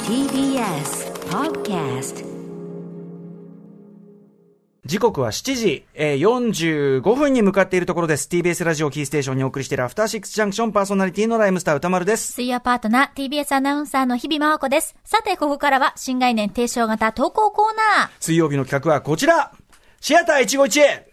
TBS Podcast。 時刻は7時、45分に向かっているところです。 TBS ラジオキーステーションにお送りしているアフターシックスジャンクション、パーソナリティのライムスター歌丸です。 水曜パートナー TBS アナウンサーの日々真央子です。さてここからは新概念提唱型投稿コーナー。 水曜日の企画はこちら、シアター一期一会。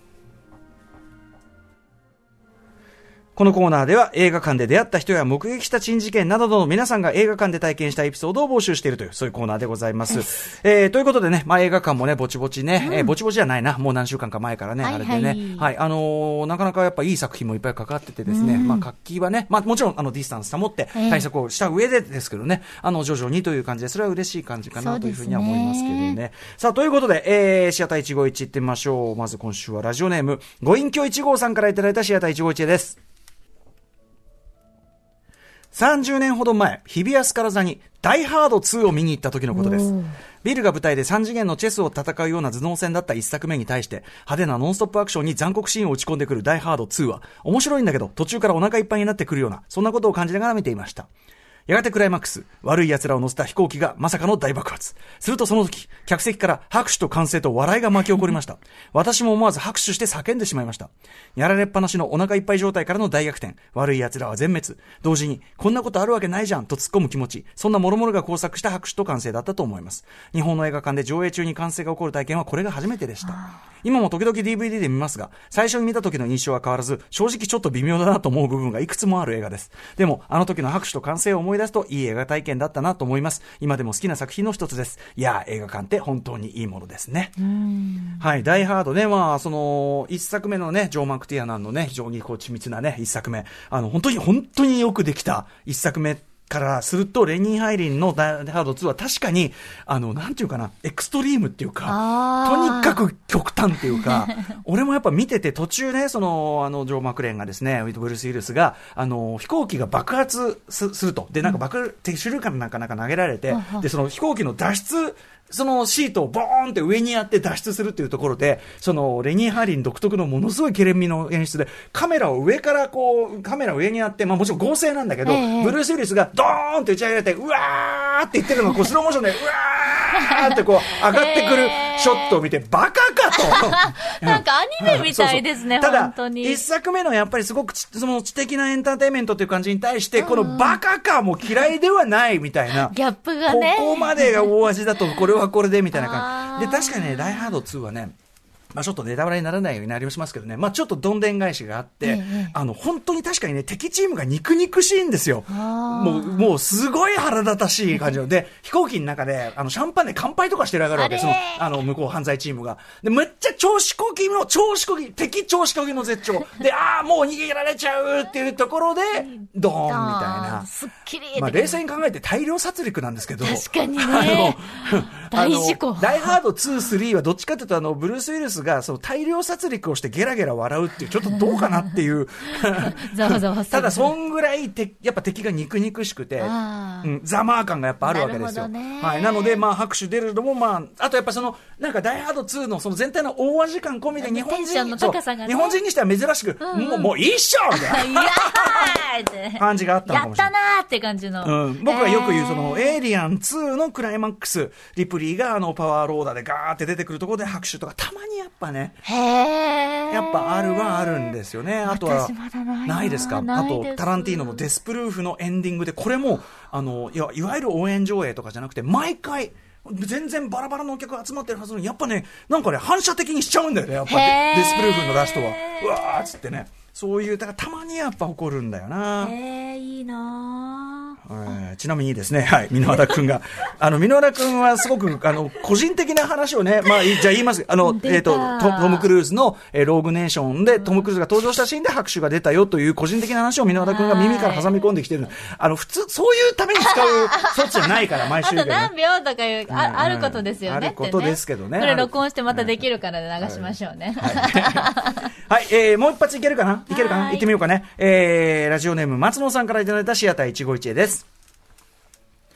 このコーナーでは映画館で出会った人や目撃した珍事件などの皆さんが映画館で体験したエピソードを募集しているという、そういうコーナーでございます。ということでね、映画館もね、ぼちぼちね、ぼちぼちじゃないな、もう何週間か前からね、あれでね、はい、なかなかやっぱいい作品もいっぱいかかっててですね、活気はね、もちろんディスタンス保って対策をした上でですけどね、徐々にという感じで、それは嬉しい感じかなというふうには思いますけどね。さあ、ということで、シアター一期一会行ってみましょう。まず今週はラジオネーム、ご隠居1号さんからいただいたシアター一期一会です。30年ほど前、日比谷スカラ座にダイハード2を見に行った時のことです。ビルが舞台で3次元のチェスを戦うような頭脳戦だった一作目に対して派手なノンストップアクションに残酷シーンを打ち込んでくるダイハード2は面白いんだけど途中からお腹いっぱいになってくるような、そんなことを感じながら見ていました。やがてクライマックス、悪い奴らを乗せた飛行機がまさかの大爆発。するとその時、客席から拍手と歓声と笑いが巻き起こりました。私も思わず拍手して叫んでしまいました。やられっぱなしのお腹いっぱい状態からの大逆転。悪い奴らは全滅。同時に、こんなことあるわけないじゃんと突っ込む気持ち。そんな諸々が交錯した拍手と歓声だったと思います。日本の映画館で上映中に歓声が起こる体験はこれが初めてでした。今も時々 DVD で見ますが、最初に見た時の印象は変わらず、正直ちょっと微妙だなと思う部分がいくつもある映画です。でも、あの時の拍手と歓声を思い出すと、いい映画体験だったなと思います。今でも好きな作品の一つです。いや、映画館って本当にいいものですね。はい、ダイハードね、一作目のね、ジョー・マクティアナンのね、非常に緻密なね、一作目。本当によくできた一作目。からすると、レニー・ハイリンのダイハード2は確かに、なんていうかな、エクストリームっていうか、とにかく極端っていうか、俺もやっぱ見てて途中ね、ジョー・マクレーンがですね、ブルース・ウィルスが、飛行機が爆発すると。で、なんか手榴弾なんか投げられて、で、その飛行機の脱出、そのシートをボーンって上にやって脱出するっていうところで、レニー・ハイリン独特のものすごいケレン味の演出で、カメラ上にやって、もちろん合成なんだけど、ブルース・ウィリスがドーンって打ち上げられて、うわーって言ってるのがスローモーションで、うわーって上がってくるショットを見て、バカかとなんかアニメみたいですね。 ただ本当に一作目のやっぱりすごくその知的なエンターテインメントという感じに対して、このバカかも嫌いではないみたいな、 ギャップがね、 ここまでが大味だとこれはこれでみたいな感じで、確かにね、ダイハード2はね、ちょっとネタバレにならないようになりますけどね、ちょっとどんでん返しがあって、本当に確かにね、敵チームが肉々しいんですよ。もうすごい腹立たしい感じで、飛行機の中で、シャンパンで乾杯とかしてるわけです。向こう犯罪チームが。で、めっちゃ敵調子こぎの絶頂。で、もう逃げられちゃうっていうところで、ドーンみたいな。 すっきり。 冷静に考えて大量殺戮なんですけど。 確かにね。大事故。 ダイハード2、3はどっちかというと、ブルース・ウィルスがその大量殺戮をしてゲラゲラ笑うっていう、ちょっとどうかなっていうざわざわする。 ただそんぐらいやっぱ敵が肉々しくて、ザマー感がやっぱあるわけですよ。はい、なので拍手出るのもあとやっぱなんかダイハード2のその全体の大味感込みで日本人の高さが、ね、 日本人にしては珍しく、もういいっしょみたいな感じがあったのかもしれない。 やったなーって感じの、 僕がよく言うエイリアン2のクライマックス、リプリーがパワーローダーでガーって出てくるところで拍手とかたまにやっぱね、やっぱあるんですよね。あとはないですか。あとタランティーノのデスプルーフのエンディングで、これもいわゆる応援上映とかじゃなくて、毎回全然バラバラのお客が集まってるはずのに、やっぱね、なんかね、反射的にしちゃうんだよね、やっぱデスプルーフのラストはうわーっつってね、そういうだからたまにやっぱ起こるんだよな。 いいなちなみにですね、はい、箕輪田くんが箕輪田くんはすごく個人的な話をね、じゃあ言います。トム・クルーズのローグネーションでトム・クルーズが登場したシーンで拍手が出たよという個人的な話を箕輪田くんが耳から挟み込んできてる。普通そういうために使う措置じゃないから毎週、ね、 あと何秒とかいう、あることですよね。 あることですけどね。 これ録音してまたできるから流しましょうね。 はい、もう一発いけるかな行ってみようかね。ラジオネーム松野さんからいただいたシアター一期一会です。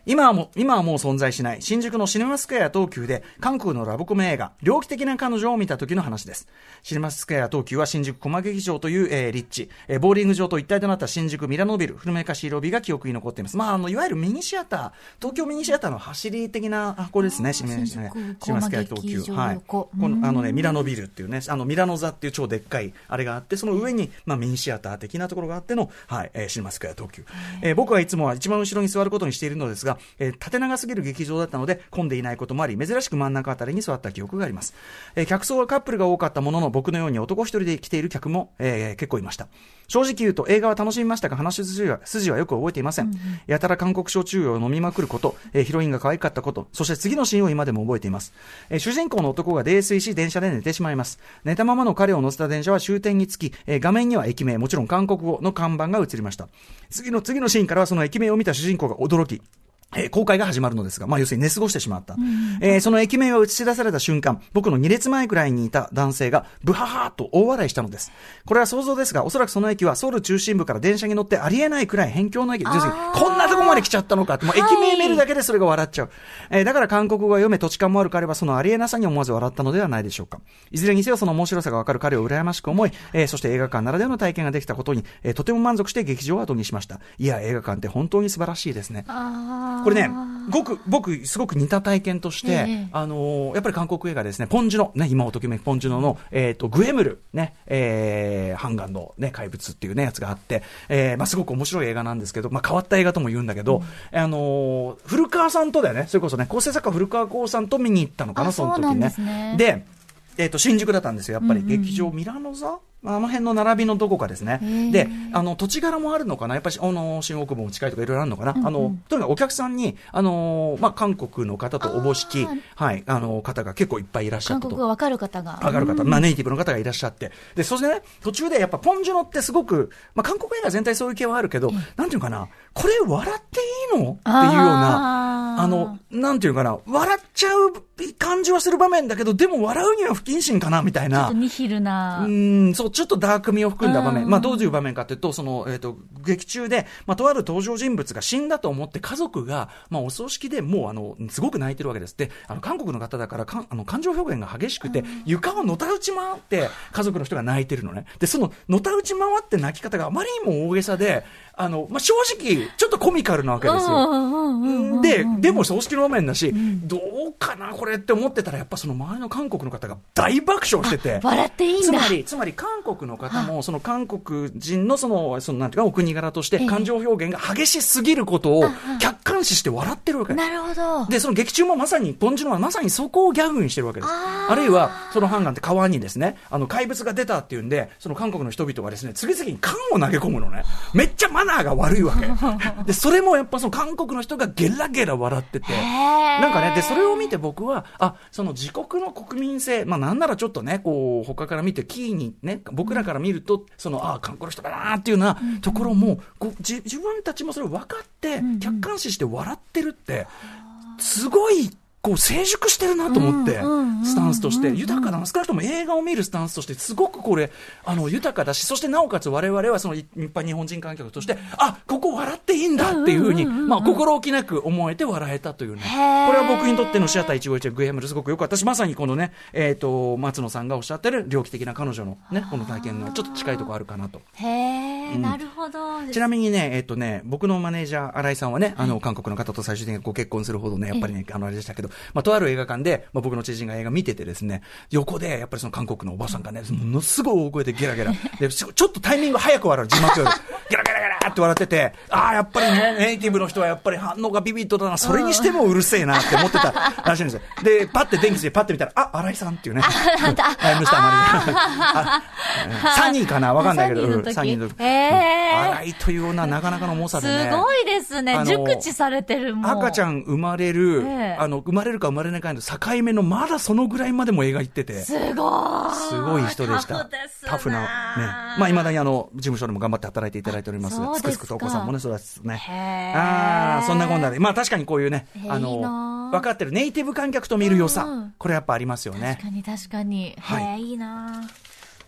今はもう存在しない新宿のシネマスクエア東急で韓国のラブコメ映画猟奇的な彼女を見た時の話です。シネマスクエア東急は新宿コマ劇場という、立地、ボーリング場と一体となった新宿ミラノビル古めかしいロビーが記憶に残っています。いわゆるミニシアター、東京ミニシアターの走り的なこれですね。シネマスクエア東急、はい、このミラノビルっていうね、ミラノ座っていう超でっかいあれがあって、その上に、ミニシアター的なところがあっての、はい、シネマスクエア東急、僕はいつもは一番後ろに座ることにしているのですが、縦長すぎる劇場だったので混んでいないこともあり、珍しく真ん中あたりに座った記憶があります。客層はカップルが多かったものの、僕のように男一人で来ている客も、結構いました。正直言うと映画は楽しみましたが、話筋はよく覚えていません。やたら韓国焼酎を飲みまくること、ヒロインが可愛かったこと、そして次のシーンを今でも覚えています。主人公の男が泥酔し電車で寝てしまいます。寝たままの彼を乗せた電車は終点に着き、画面には駅名、もちろん韓国語の看板が映りました。次のシーンからはその駅名を見た主人公が驚き、公開が始まるのですが、要するに寝過ごしてしまった。その駅名が映し出された瞬間、僕の2列前くらいにいた男性がブハハーと大笑いしたのです。これは想像ですが、おそらくその駅はソウル中心部から電車に乗ってありえないくらい辺境の駅。要するにこんなとこまで来ちゃったのかって、もう駅名見るだけでそれが笑っちゃう。だから韓国語が読め土地勘もある彼はそのありえなさに思わず笑ったのではないでしょうか。いずれにせよその面白さがわかる彼を羨ましく思い、そして映画館ならではの体験ができたことに、とても満足して劇場を後にしました。いや、映画館って本当に素晴らしいですね。これね、僕すごく似た体験として、やっぱり韓国映画ですね、ポンジュノ、ね、今をときめくポンジュノの、グエムル、ね、ハンガンの、ね、怪物っていうね、やつがあって、すごく面白い映画なんですけど、変わった映画とも言うんだけど、古川さんとだよね、それこそね、構成作家古川光さんと見に行ったのかな、その時ね。で、新宿だったんですよ、やっぱり、劇場ミラノ座あの辺の並びのどこかですね。で、土地柄もあるのかな、やっぱり新大久保も近いとかいろいろあるのかな。とにかくお客さんに、韓国の方とおぼしき、はい、方が結構いっぱいいらっしゃったと。 韓国がわかる方が。 わかる方、ネイティブの方がいらっしゃって。で、そしてね、途中でやっぱポンジュノってすごく、韓国映画全体そういう系はあるけど、なんていうかな、これ笑っていいのっていうような、なんていうかな、笑っちゃう感じはする場面だけど、でも笑うには不謹慎かな、みたいな。 ちょっとニヒルな。 そう、ちょっとダーク味を含んだ場面。どういう場面かというと、その、劇中で、とある登場人物が死んだと思って家族が、お葬式でもう、すごく泣いてるわけです。で、韓国の方だから、感情表現が激しくて、床をのたうち回って、家族の人が泣いてるのね。で、その、のたうち回って泣き方があまりにも大げさで、正直、ちょっとコミカルなわけですよ。でも葬式の場面だし、どうかな、これって思ってたら、やっぱその周りの韓国の方が大爆笑してて。 笑っていいんだ。 つまり韓国の方も、その韓国人のそのなんていうか、お国柄として、感情表現が激しすぎることを客観視して笑ってるわけです。 なるほど。で、 その劇中もまさに、ポンジュノはまさにそこをギャグにしてるわけです。あるいは、そのハンガンって川にですね、怪物が出たっていうんで、その韓国の人々がですね、次々に缶を投げ込むのね。めっちゃマナーが悪いわけ。で、それもやっぱその韓国の人がゲラゲラ笑ってて、なんかね、で、それを見て僕は、その自国の国民性、なんならちょっとね、こう、他から見て、キーにね、僕らから見ると、その、韓国の人だなーっていうようなところも、自分たちもそれを分かって、客観視して笑ってるって、すごい、成熟してるなと思って、スタンスとして、豊かだな、少なくとも映画を見るスタンスとして、すごくこれ、豊かだし、そしてなおかつ我々はその一般日本人観客として、ここ笑っていいんだっていうふうに、心置きなく思えて笑えたというね。これは僕にとってのシアター151グエムルすごく良かったし、まさにこのね、松野さんがおっしゃってる猟奇的な彼女のね、この体験がちょっと近いところあるかなと。 なるほど。 ちなみにね、僕のマネージャー、新井さんはね、韓国の方と最終的にご結婚するほどね、やっぱりね、あれでしたけど、とある映画館で、僕の知人が映画見ててですね、横で、やっぱりその韓国のおばさんがね、ものすごい大声でゲラゲラ。で、ちょっとタイミング早く笑う、字幕より。ゲラゲラゲラって笑ってて、やっぱりね、ネイティブの人はやっぱり反応がビビッとだな、それにしてもうるせえなって思ってたらしいんですよ。で、パッて電気してパッて見たら、新井さんっていうね。3人かなわかんないけど、3人の時。新井というようななかなかの猛者でね。 すごいですね。熟知されてるもん。 赤ちゃん生まれる、生まれるか生まれないかの境目のまだそのぐらいまでも映画行ってて。 すごい人でした。タフな。ね。未だに事務所でも頑張って働いていただいております。つくつくとお子さんもね、そうですね。そんなこんなで。確かにこういうね、分かってるネイティブ観客と見る良さ。これやっぱありますよね。 確かに。いいな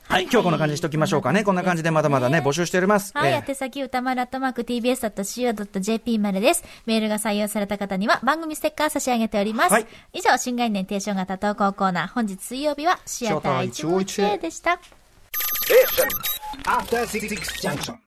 はい、今日こんな感じにしときましょうかね。こんな感じでまだまだね、募集しております。 はい、宛先歌丸@tbs.co.jp までです。メールが採用された方には番組ステッカー差し上げております。はい、以上、新概念提唱型投稿コーナー、本日水曜日はシアター151でした。